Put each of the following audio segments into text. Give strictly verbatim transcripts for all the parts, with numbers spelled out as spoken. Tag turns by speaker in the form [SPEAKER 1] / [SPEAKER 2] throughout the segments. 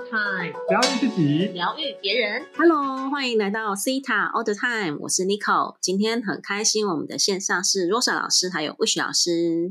[SPEAKER 1] Time，
[SPEAKER 2] 疗愈自己，
[SPEAKER 1] 疗愈别人。
[SPEAKER 3] Hello， 欢迎来到 Theta All the Time， 我是 Nico。今天很开心，我们的线上是 Rosa 老师还有 Wish 老师。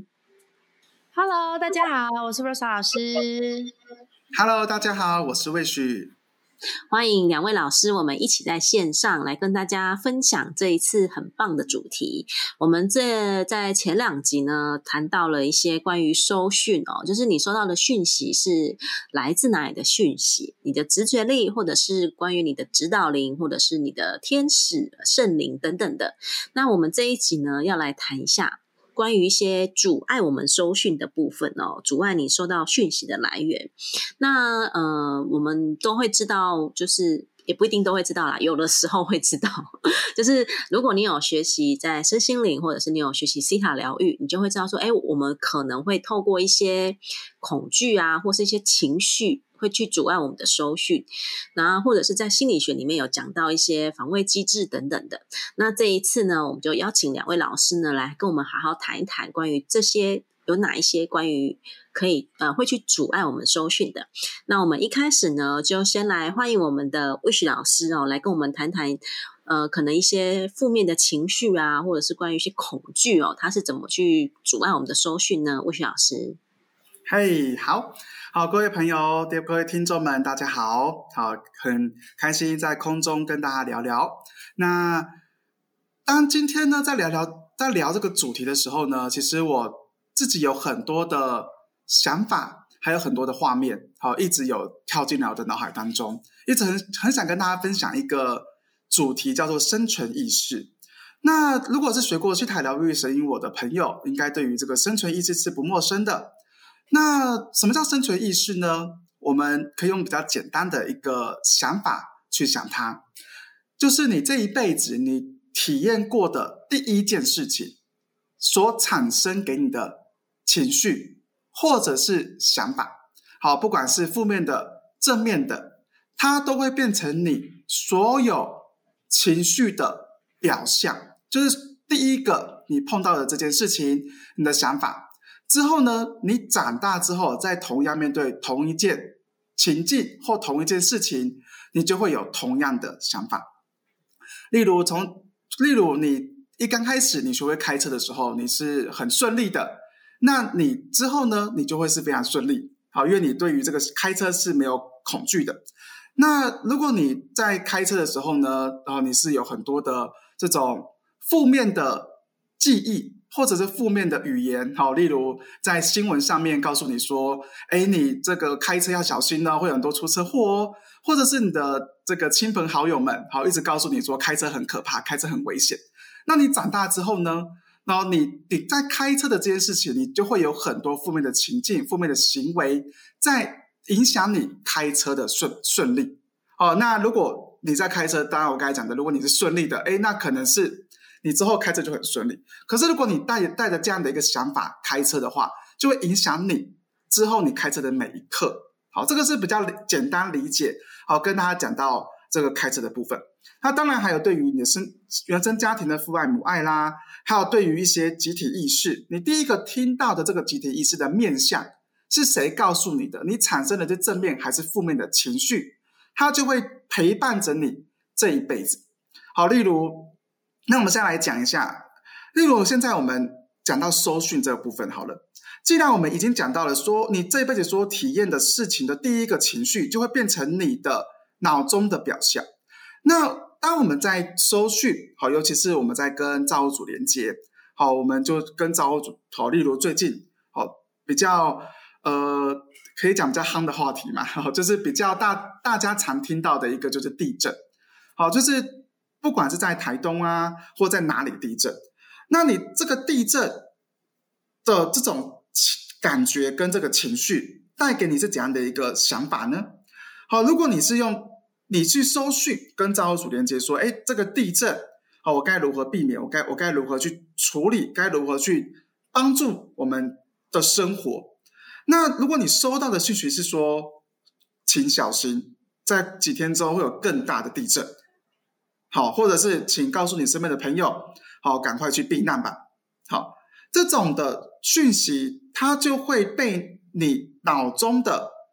[SPEAKER 4] Hello， 大家好，我是 Rosa 老师。
[SPEAKER 2] Hello， 大家好，我是 Wish。
[SPEAKER 3] 欢迎两位老师，我们一起在线上来跟大家分享这一次很棒的主题。我们这在前两集呢谈到了一些关于收讯哦，就是你收到的讯息是来自哪里的讯息，你的直觉力，或者是关于你的指导灵，或者是你的天使、圣灵等等的。那我们这一集呢要来谈一下关于一些阻碍我们收讯的部分哦，阻碍你收到讯息的来源。那呃，我们都会知道，就是也不一定都会知道啦，有的时候会知道。就是如果你有学习在身心灵，或者是你有学习西塔疗愈，你就会知道说，哎，我们可能会透过一些恐惧啊，或是一些情绪，会去阻碍我们的收讯，然后或者是在心理学里面有讲到一些防卫机制等等的。那这一次呢，我们就邀请两位老师呢来跟我们好好谈一谈关于这些有哪一些关于可以呃会去阻碍我们收讯的。那我们一开始呢就先来欢迎我们的 Wish 老师哦，来跟我们谈谈呃可能一些负面的情绪啊，或者是关于一些恐惧哦，它是怎么去阻碍我们的收讯呢？ Wish 老师。
[SPEAKER 2] 嘿、hey, 好好，各位朋友，各位听众们，大家好，好，很开心在空中跟大家聊聊。那当今天呢，在聊聊在聊这个主题的时候呢，其实我自己有很多的想法，还有很多的画面，好，一直有跳进来我的脑海当中，一直很很想跟大家分享一个主题，叫做生存意识。那如果是学过西塔疗愈神引我的朋友，应该对于这个生存意识是不陌生的。那什么叫生存意识呢？我们可以用比较简单的一个想法去想它，就是你这一辈子你体验过的第一件事情所产生给你的情绪或者是想法，好，不管是负面的正面的，它都会变成你所有情绪的表象。就是第一个你碰到的这件事情，你的想法之后呢，你长大之后再同样面对同一件情境或同一件事情，你就会有同样的想法。例如从例如你一刚开始你学会开车的时候，你是很顺利的，那你之后呢，你就会是非常顺利，好，因为你对于这个开车是没有恐惧的。那如果你在开车的时候呢，然后你是有很多的这种负面的记忆或者是负面的语言，好，例如在新闻上面告诉你说，哎，你这个开车要小心哦，会有很多出车祸哦，或者是你的这个亲朋好友们，好，一直告诉你说开车很可怕，开车很危险。那你长大之后呢，然后你你在开车的这件事情，你就会有很多负面的情境、负面的行为，在影响你开车的顺顺利。哦，那如果你在开车，当然我刚才讲的，如果你是顺利的，哎，那可能是你之后开车就很顺利。可是如果你带带着这样的一个想法开车的话，就会影响你之后你开车的每一刻。好，这个是比较简单理解，好，跟大家讲到这个开车的部分。那当然还有对于你的生原生家庭的父爱母爱啦，还有对于一些集体意识，你第一个听到的这个集体意识的面向是谁告诉你的，你产生的是正面还是负面的情绪，它就会陪伴着你这一辈子。好，例如那我们现在来讲一下，例如现在我们讲到收讯这个部分好了。既然我们已经讲到了说你这一辈子所体验的事情的第一个情绪就会变成你的脑中的表象，那当我们在收讯，好，尤其是我们在跟造物主连接，好，我们就跟造物主，好，例如最近好比较呃可以讲比较夯的话题嘛，好，就是比较大大家常听到的一个就是地震，好，就是不管是在台东啊或在哪里地震，那你这个地震的这种感觉跟这个情绪带给你是怎样的一个想法呢？好，如果你是用你去收讯跟造物主连接说，哎，这个地震，好，我该如何避免，我该我该如何去处理，该如何去帮助我们的生活。那如果你收到的讯息是说，请小心，在几天之后会有更大的地震，好，或者是请告诉你身边的朋友，好，赶快去避难吧。好，这种的讯息它就会被你脑中的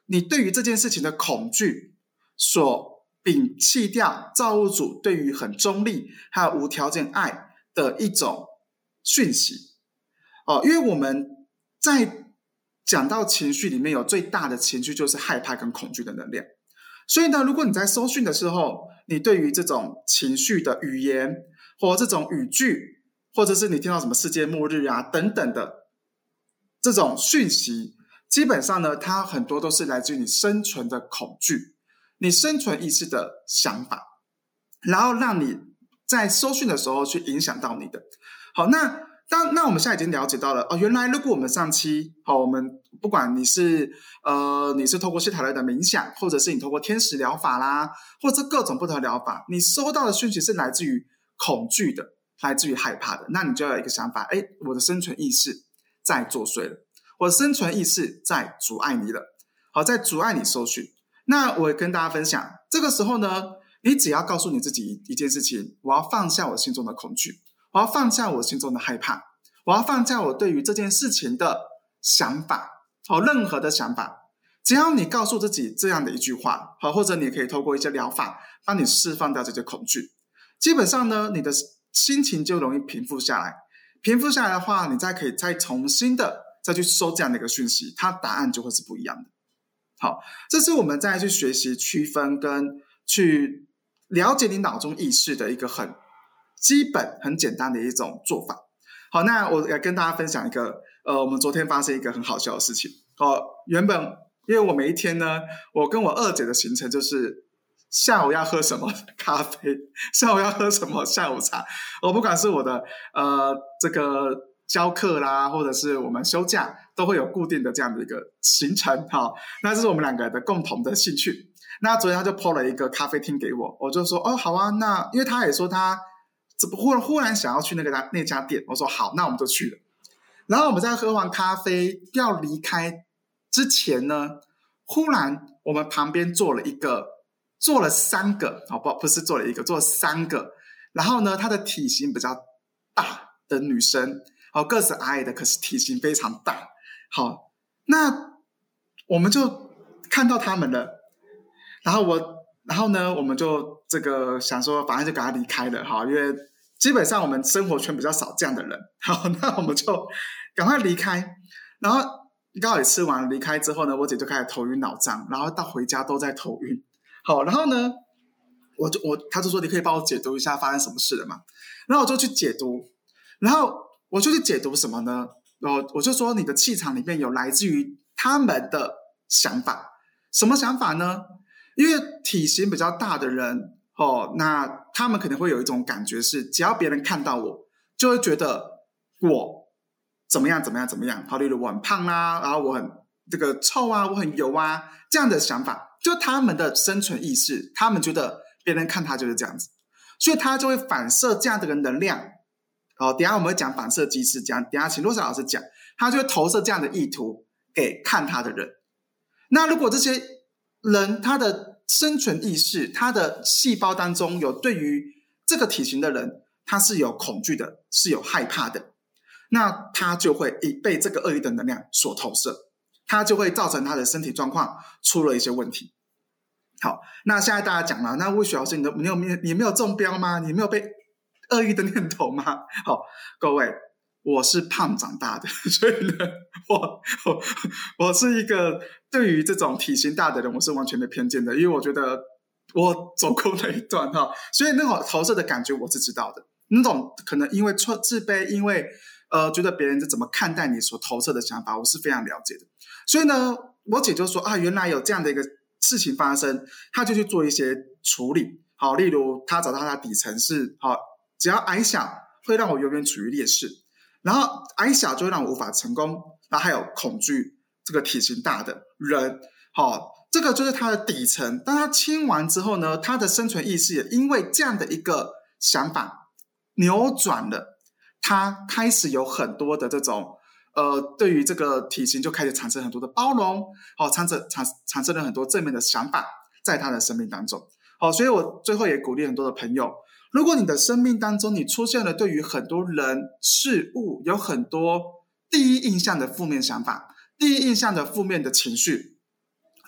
[SPEAKER 2] 你对于这件事情的恐惧所摒弃掉造物主对于很中立还有无条件爱的一种讯息、哦、因为我们在讲到情绪里面有最大的情绪就是害怕跟恐惧的能量，所以呢，如果你在收讯的时候，你对于这种情绪的语言或这种语句，或者是你听到什么世界末日啊等等的这种讯息，基本上呢，它很多都是来自于你生存的恐惧，你生存意识的想法，然后让你在收讯的时候去影响到你的。好，那当那我们现在已经了解到了哦，原来如果我们上期好，我们不管你是呃你是透过希塔勒的冥想，或者是你透过天使疗法啦，或者各种不同的疗法，你收到的讯息是来自于恐惧的，来自于害怕的，那你就要有一个想法，哎，我的生存意识在作祟了，我的生存意识在阻碍你了，好，在阻碍你收讯。那我也跟大家分享，这个时候呢，你只要告诉你自己一件事情，我要放下我心中的恐惧，我要放下我心中的害怕，我要放下我对于这件事情的想法，好，任何的想法，只要你告诉自己这样的一句话，好，或者你可以透过一些疗法帮你释放掉这些恐惧，基本上呢，你的心情就容易平复下来，平复下来的话，你再可以再重新的再去收这样的一个讯息，它答案就会是不一样的。好，这是我们再去学习区分跟去了解你脑中意识的一个很基本很简单的一种做法。好，那我要跟大家分享一个呃，我们昨天发生一个很好笑的事情。哦，原本因为我每一天呢，我跟我二姐的行程就是下午要喝什么咖啡，下午要喝什么下午茶，我不管是我的呃这个教课啦，或者是我们休假，都会有固定的这样的一个行程。好，那这是我们两个的共同的兴趣。那昨天他就 po 了一个咖啡厅给我，我就说哦好啊，那因为他也说他忽忽然想要去那个那家店，我说好，那我们就去了。然后我们在喝完咖啡要离开之前呢，忽然我们旁边坐了一个坐了三个、哦、不, 不是坐了一个坐了三个，然后呢她的体型比较大的女生、哦、个子矮的，可是体型非常大。好，那我们就看到他们了，然后我然后呢我们就这个想说反正就赶快离开了，好，因为基本上我们生活圈比较少这样的人。好，那我们就赶快离开，然后刚好也吃完离开之后呢，我姐就开始头晕脑胀，然后到回家都在头晕。好，然后呢我就我他就说你可以帮我解读一下发生什么事了嘛，然后我就去解读，然后我就去解读什么呢，然后我就说你的气场里面有来自于他们的想法。什么想法呢？因为体型比较大的人哦，那他们可能会有一种感觉是，只要别人看到我就会觉得我怎么样怎么样怎么样，好，例如我很胖啊，然后我很这个臭啊，我很油啊，这样的想法，就他们的生存意识，他们觉得别人看他就是这样子，所以他就会反射这样的能量。哦，等一下我们会讲反射机制，讲等一下请洛莎老师讲，他就会投射这样的意图给看他的人。那如果这些人他的生存意识，他的细胞当中有对于这个体型的人他是有恐惧的，是有害怕的，那他就会被这个恶意的能量所投射，他就会造成他的身体状况出了一些问题。好，那现在大家讲了，那魏雪老师你, 你, 有你没有中标吗？你没有被恶意的念头吗？好，各位，我是胖长大的，所以呢，我我我是一个对于这种体型大的人，我是完全没偏见的，因为我觉得我走过那一段哈，所以那种投射的感觉我是知道的，那种可能因为自卑，因为呃觉得别人是怎么看待你所投射的想法，我是非常了解的。所以呢，我姐就说啊，原来有这样的一个事情发生，她就去做一些处理。好，例如她找到她的底层是好，只要矮小会让我永远处于劣势，然后矮小就会让我无法成功，然后还有恐惧这个体型大的人。好，这个就是他的底层。当他清完之后呢，他的生存意识也因为这样的一个想法扭转了，他开始有很多的这种呃，对于这个体型就开始产生很多的包容，好，产生产产生了很多正面的想法在他的生命当中。好，所以我最后也鼓励很多的朋友，如果你的生命当中你出现了对于很多人事物有很多第一印象的负面想法，第一印象的负面的情绪，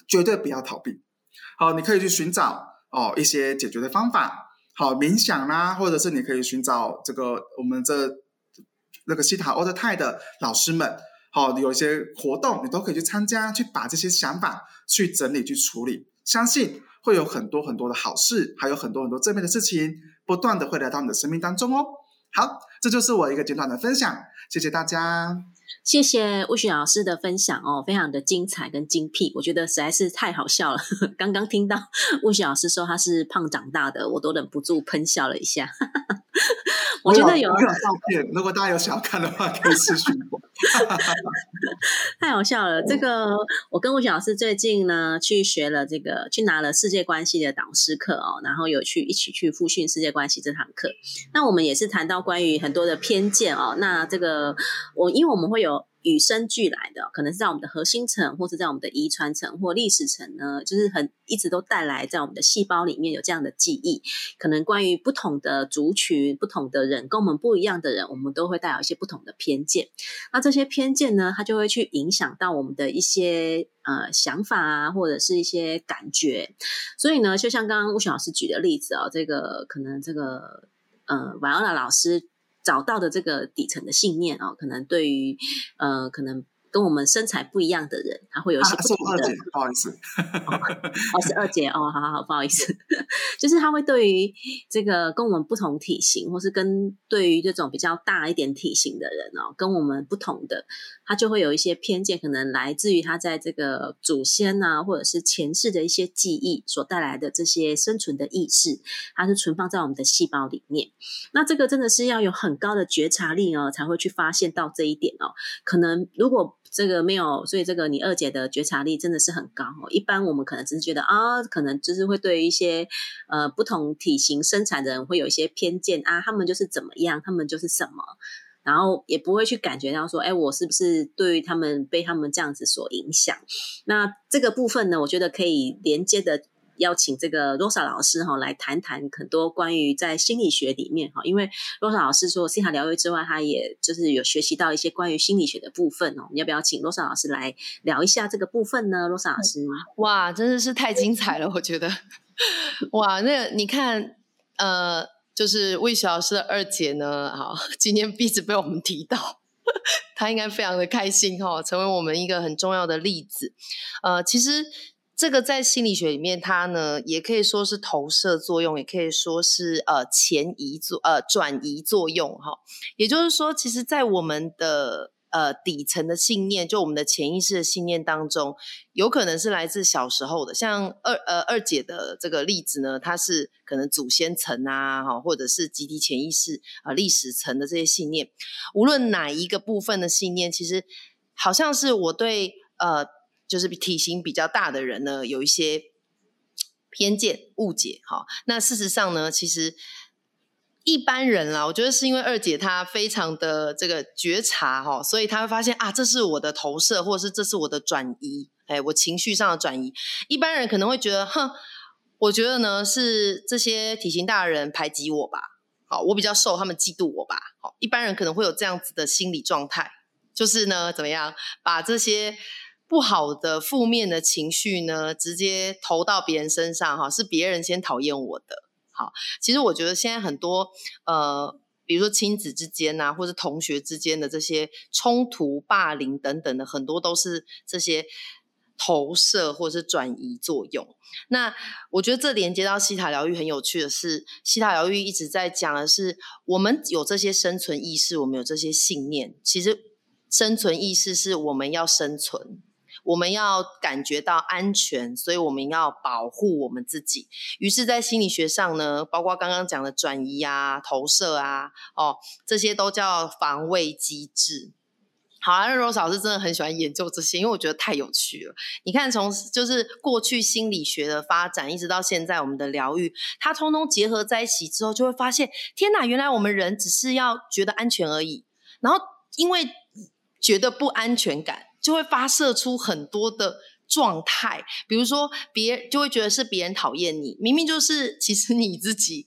[SPEAKER 2] 绝对不要逃避。好，你可以去寻找哦一些解决的方法，好，冥想啦，或者是你可以寻找这个我们这那个西塔欧的泰的老师们，好，有一些活动你都可以去参加，去把这些想法去整理去处理，相信会有很多很多的好事，还有很多很多正面的事情不断的会来到你的生命当中哦。好，这就是我一个简短的分享，谢谢大家。
[SPEAKER 3] 谢谢魏雪老师的分享哦，非常的精彩跟精辟，我觉得实在是太好笑了。刚刚听到魏雪老师说他是胖长大的，我都忍不住喷笑了一下。我觉得有
[SPEAKER 2] 我有照片，如果大家有想要看的话，可以私讯我。
[SPEAKER 3] 太好笑了！这个我跟魏雪老师最近呢去学了这个，去拿了世界关系的导师课哦，然后有去一起去复训世界关系这堂课。那我们也是谈到关于很多的偏见哦。那这个我因为我们会有与生俱来的，可能是在我们的核心层，或是在我们的遗传层或历史层呢，就是很一直都带来在我们的细胞里面有这样的记忆。可能关于不同的族群、不同的人，跟我们不一样的人，我们都会带有一些不同的偏见。那这些偏见呢，它就会去影响到我们的一些呃想法啊，或者是一些感觉。所以呢，就像刚刚吴雪老师举的例子哦，这个可能这个呃瓦欧拉老师找到的这个底层的信念哦，可能对于呃可能跟我们身材不一样的人，他会有一些不同的。
[SPEAKER 2] 啊、是二姐，不好意思。
[SPEAKER 3] 哦，是二姐哦，好好好，不好意思。就是他会对于这个跟我们不同体型，或是跟对于这种比较大一点体型的人哦，跟我们不同的，他就会有一些偏见，可能来自于他在这个祖先啊，或者是前世的一些记忆所带来的这些生存的意识，它是存放在我们的细胞里面。那这个真的是要有很高的觉察力哦，才会去发现到这一点哦。可能如果这个没有，所以这个你二姐的觉察力真的是很高哦。一般我们可能只是觉得啊，可能就是会对于一些呃不同体型身材的人会有一些偏见啊，他们就是怎么样，他们就是什么，然后也不会去感觉到说，哎，我是不是对于他们被他们这样子所影响？那这个部分呢，我觉得可以连接的。邀请这个 Rosa 老师哈来谈谈很多关于在心理学里面哈，因为 Rosa 老师除了西塔疗愈之外，他也就是有学习到一些关于心理学的部分哦。你要不要请 Rosa 老师来聊一下这个部分呢 ？Rosa 老师，
[SPEAKER 4] 哇，真的是太精彩了，我觉得。哇，那你看，呃，就是魏雪老师的二姐呢，好，今天一直被我们提到。她应该非常的开心哦，成为我们一个很重要的例子。呃，其实。这个在心理学里面，它呢也可以说是投射作用，也可以说是呃前移作呃转移作用哈。也就是说，其实，在我们的呃底层的信念，就我们的潜意识的信念当中，有可能是来自小时候的。像二呃二姐的这个例子呢，它是可能祖先层啊，哈，或者是集体潜意识啊、呃、历史层的这些信念。无论哪一个部分的信念，其实好像是我对呃。就是体型比较大的人呢，有一些偏见、误解。好，那事实上呢，其实一般人啦，我觉得是因为二姐她非常的这个觉察哈，所以她会发现啊，这是我的投射，或者是这是我的转移，哎，我情绪上的转移。一般人可能会觉得，哼，我觉得呢是这些体型大的人排挤我吧，好，我比较瘦，他们嫉妒我吧。好，一般人可能会有这样子的心理状态，就是呢，怎么样把这些不好的负面的情绪呢直接投到别人身上哈，是别人先讨厌我的。好，其实我觉得现在很多呃比如说亲子之间啊，或者同学之间的这些冲突、霸凌等等的，很多都是这些投射或是转移作用。那我觉得这连接到西塔疗愈很有趣的是，西塔疗愈一直在讲的是我们有这些生存意识，我们有这些信念，其实生存意识是我们要生存，我们要感觉到安全，所以我们要保护我们自己。于是在心理学上呢，包括刚刚讲的转移啊、投射啊，哦，这些都叫防卫机制。好啊，那 Rose 老师真的很喜欢研究这些，因为我觉得太有趣了。你看从就是过去心理学的发展一直到现在我们的疗愈，它通通结合在一起之后，就会发现天哪，原来我们人只是要觉得安全而已，然后因为觉得不安全感就会发射出很多的状态，比如说别就会觉得是别人讨厌你，明明就是其实你自己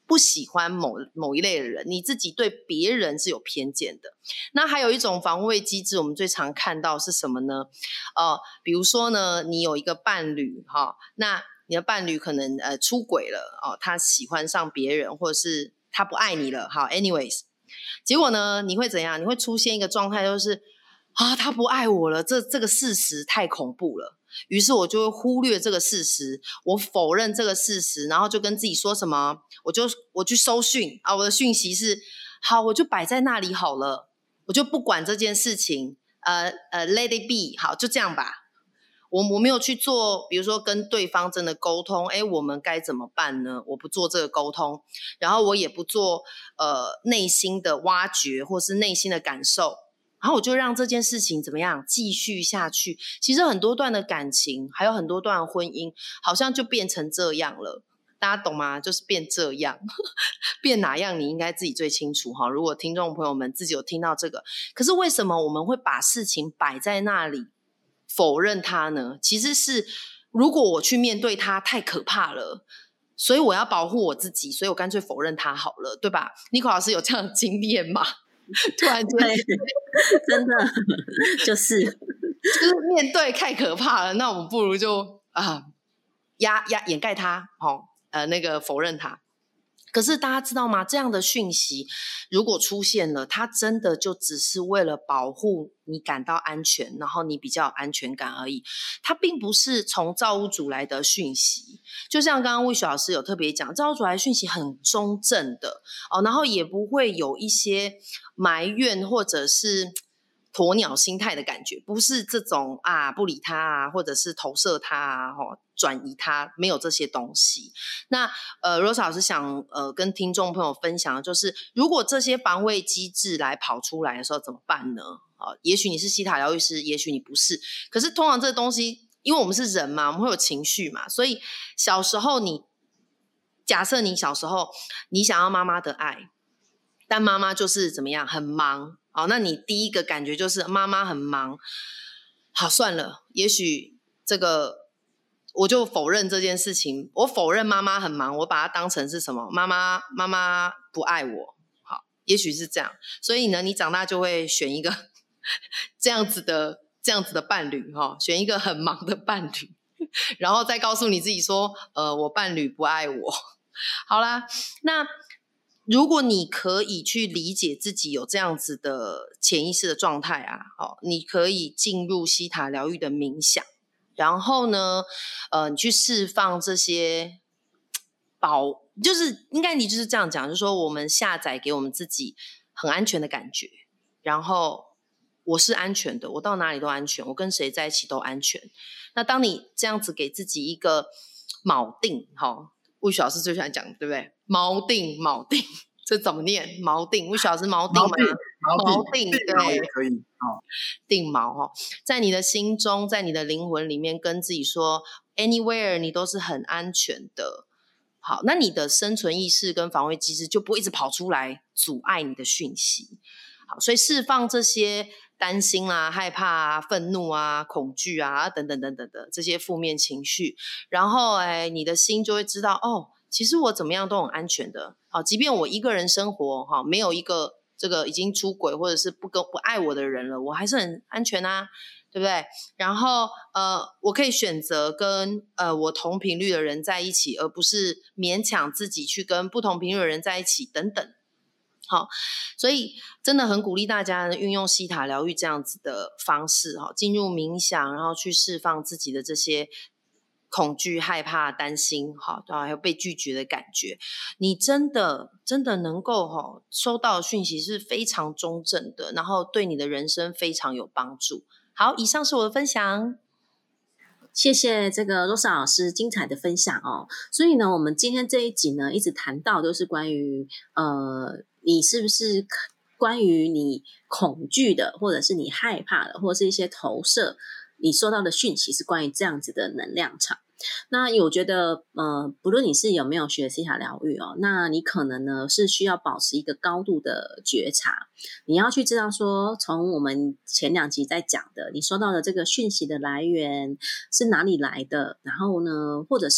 [SPEAKER 4] 不喜欢某某一类的人，你自己对别人是有偏见的。那还有一种防卫机制，我们最常看到是什么呢？呃，比如说呢，你有一个伴侣哈，那你的伴侣可能呃出轨了哦，他喜欢上别人，或者是他不爱你了，好 ，anyways， 结果呢，你会怎样？你会出现一个状态，就是啊，他不爱我了，这这个事实太恐怖了。于是我就会忽略这个事实，我否认这个事实，然后就跟自己说什么，我就我去收讯啊，我的讯息是好，我就摆在那里好了，我就不管这件事情，呃呃 ，let it be， 好，就这样吧。我我没有去做，比如说跟对方真的沟通，哎，我们该怎么办呢？我不做这个沟通，然后我也不做呃内心的挖掘，或是内心的感受。然后我就让这件事情怎么样继续下去。其实很多段的感情，还有很多段婚姻，好像就变成这样了。大家懂吗？就是变这样，变哪样你应该自己最清楚哈。如果听众朋友们自己有听到这个，可是为什么我们会把事情摆在那里否认它呢？其实是如果我去面对它太可怕了，所以我要保护我自己，所以我干脆否认它好了，对吧？Nico老师有这样的经验吗？突然间
[SPEAKER 3] 真的就是
[SPEAKER 4] 就是面对太可怕了，那我们不如就啊压压掩盖它，哦，呃那个否认它。可是大家知道吗？这样的讯息如果出现了，它真的就只是为了保护你感到安全，然后你比较有安全感而已。它并不是从造物主来的讯息，就像刚刚魏雪老师有特别讲，造物主来的讯息很中正的哦，然后也不会有一些埋怨或者是鸵鸟心态的感觉，不是这种啊不理他啊，或者是投射他啊，哦转移它，没有这些东西。那呃 Rose 老师想呃跟听众朋友分享的就是，如果这些防卫机制来跑出来的时候怎么办呢？呃、也许你是西塔疗愈师，也许你不是，可是通常这个东西，因为我们是人嘛，我们会有情绪嘛，所以小时候你假设你小时候你想要妈妈的爱，但妈妈就是怎么样很忙，好，那你第一个感觉就是妈妈很忙，好算了，也许这个我就否认这件事情，我否认妈妈很忙，我把它当成是什么？妈妈妈妈不爱我，好，也许是这样。所以呢，你长大就会选一个这样子的这样子的伴侣，哈，选一个很忙的伴侣，然后再告诉你自己说，呃，我伴侣不爱我。好啦，那如果你可以去理解自己有这样子的潜意识的状态啊，哦，你可以进入西塔疗愈的冥想。然后呢，呃，你去释放这些保，就是应该你就是这样讲，就是说我们下载给我们自己很安全的感觉，然后我是安全的，我到哪里都安全，我跟谁在一起都安全。那当你这样子给自己一个锚定，哈，魏雪老师最喜欢讲，对不对？锚定，锚定，这怎么念？锚定，魏雪老师锚定吗？
[SPEAKER 2] 锚定，
[SPEAKER 4] 定，对，
[SPEAKER 2] 也可以哦。
[SPEAKER 4] 定锚哦，在你的心中，在你的灵魂里面，跟自己说 ，anywhere 你都是很安全的。好，那你的生存意识跟防卫机制就不会一直跑出来阻碍你的讯息。好，所以释放这些担心啊、害怕啊、愤怒啊、恐惧啊等等等等的这些负面情绪，然后哎，你的心就会知道哦，其实我怎么样都很安全的。好，即便我一个人生活，哈，没有一个这个已经出轨或者是不跟不爱我的人了，我还是很安全啊，对不对？然后呃，我可以选择跟呃我同频率的人在一起，而不是勉强自己去跟不同频率的人在一起等等。好，所以真的很鼓励大家运用西塔疗愈这样子的方式，哈，进入冥想，然后去释放自己的这些恐惧、害怕、担心，哈，还有被拒绝的感觉。你真的真的能够哈收到的讯息是非常中正的，然后对你的人生非常有帮助。好，以上是我的分享。
[SPEAKER 3] 谢谢这个 Rosa 老师精彩的分享哦。所以呢，我们今天这一集呢，一直谈到都是关于呃，你是不是关于你恐惧的，或者是你害怕的，或者是一些投射，你收到的讯息是关于这样子的能量场。那我觉得呃，不论你是有没有学西塔疗愈哦，那你可能呢是需要保持一个高度的觉察，你要去知道说，从我们前两集在讲的，你收到的这个讯息的来源是哪里来的，然后呢，或者是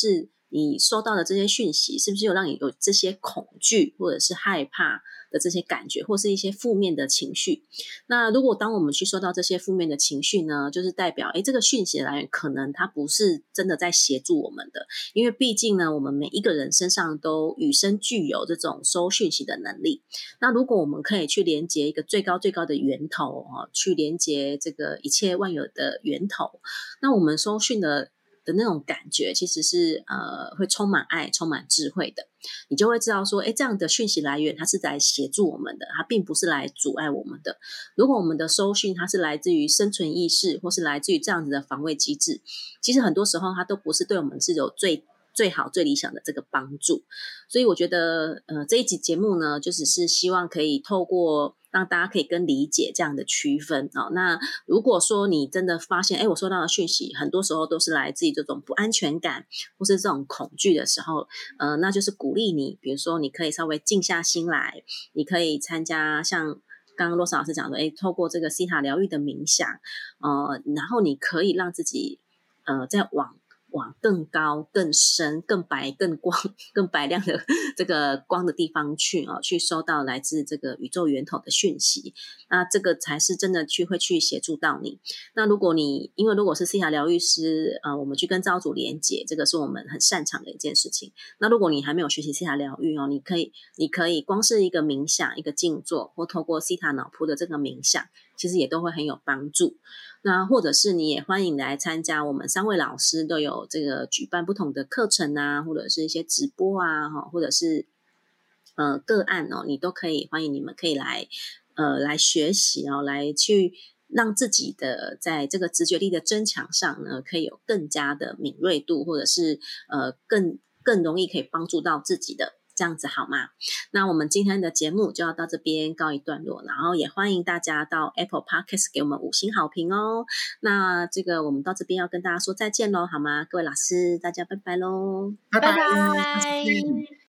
[SPEAKER 3] 你收到的这些讯息是不是有让你有这些恐惧或者是害怕的这些感觉，或是一些负面的情绪。那如果当我们去收到这些负面的情绪呢，就是代表诶这个讯息的来源可能它不是真的在协助我们的，因为毕竟呢我们每一个人身上都与生俱有这种收讯息的能力。那如果我们可以去连接一个最高最高的源头、哦、去连接这个一切万有的源头，那我们收讯的的那种感觉其实是呃会充满爱充满智慧的。你就会知道说诶这样的讯息来源它是来协助我们的，它并不是来阻碍我们的。如果我们的收讯它是来自于生存意识，或是来自于这样子的防卫机制，其实很多时候它都不是对我们是有最最好最理想的这个帮助。所以我觉得呃这一集节目呢就只是希望可以透过让大家可以更理解这样的区分、哦、那如果说你真的发现诶我收到的讯息很多时候都是来自于这种不安全感或是这种恐惧的时候，呃，那就是鼓励你，比如说你可以稍微静下心来，你可以参加像刚刚洛莎老师讲的诶透过这个西塔疗愈的冥想，呃，然后你可以让自己呃再往往更高更深更白更光更白亮的这个光的地方去、哦、去收到来自这个宇宙源头的讯息，那这个才是真的去会去协助到你。那如果你因为如果是西塔疗愈师呃，我们去跟造物主连结，这个是我们很擅长的一件事情。那如果你还没有学习西塔疗愈哦，你可以你可以光是一个冥想一个静坐，或透过西塔脑波的这个冥想其实也都会很有帮助。那或者是你也欢迎来参加，我们三位老师都有这个举办不同的课程啊，或者是一些直播啊，或者是呃个案哦，你都可以欢迎你们可以来呃来学习哦，来去让自己的在这个直觉力的增强上呢，可以有更加的敏锐度，或者是呃更更容易可以帮助到自己的。这样子好吗？那我们今天的节目就要到这边告一段落，然后也欢迎大家到 Apple Podcast 给我们五星好评哦。那这个我们到这边要跟大家说再见咯，好吗？各位老师，大家拜拜咯，
[SPEAKER 2] 拜
[SPEAKER 4] 拜拜。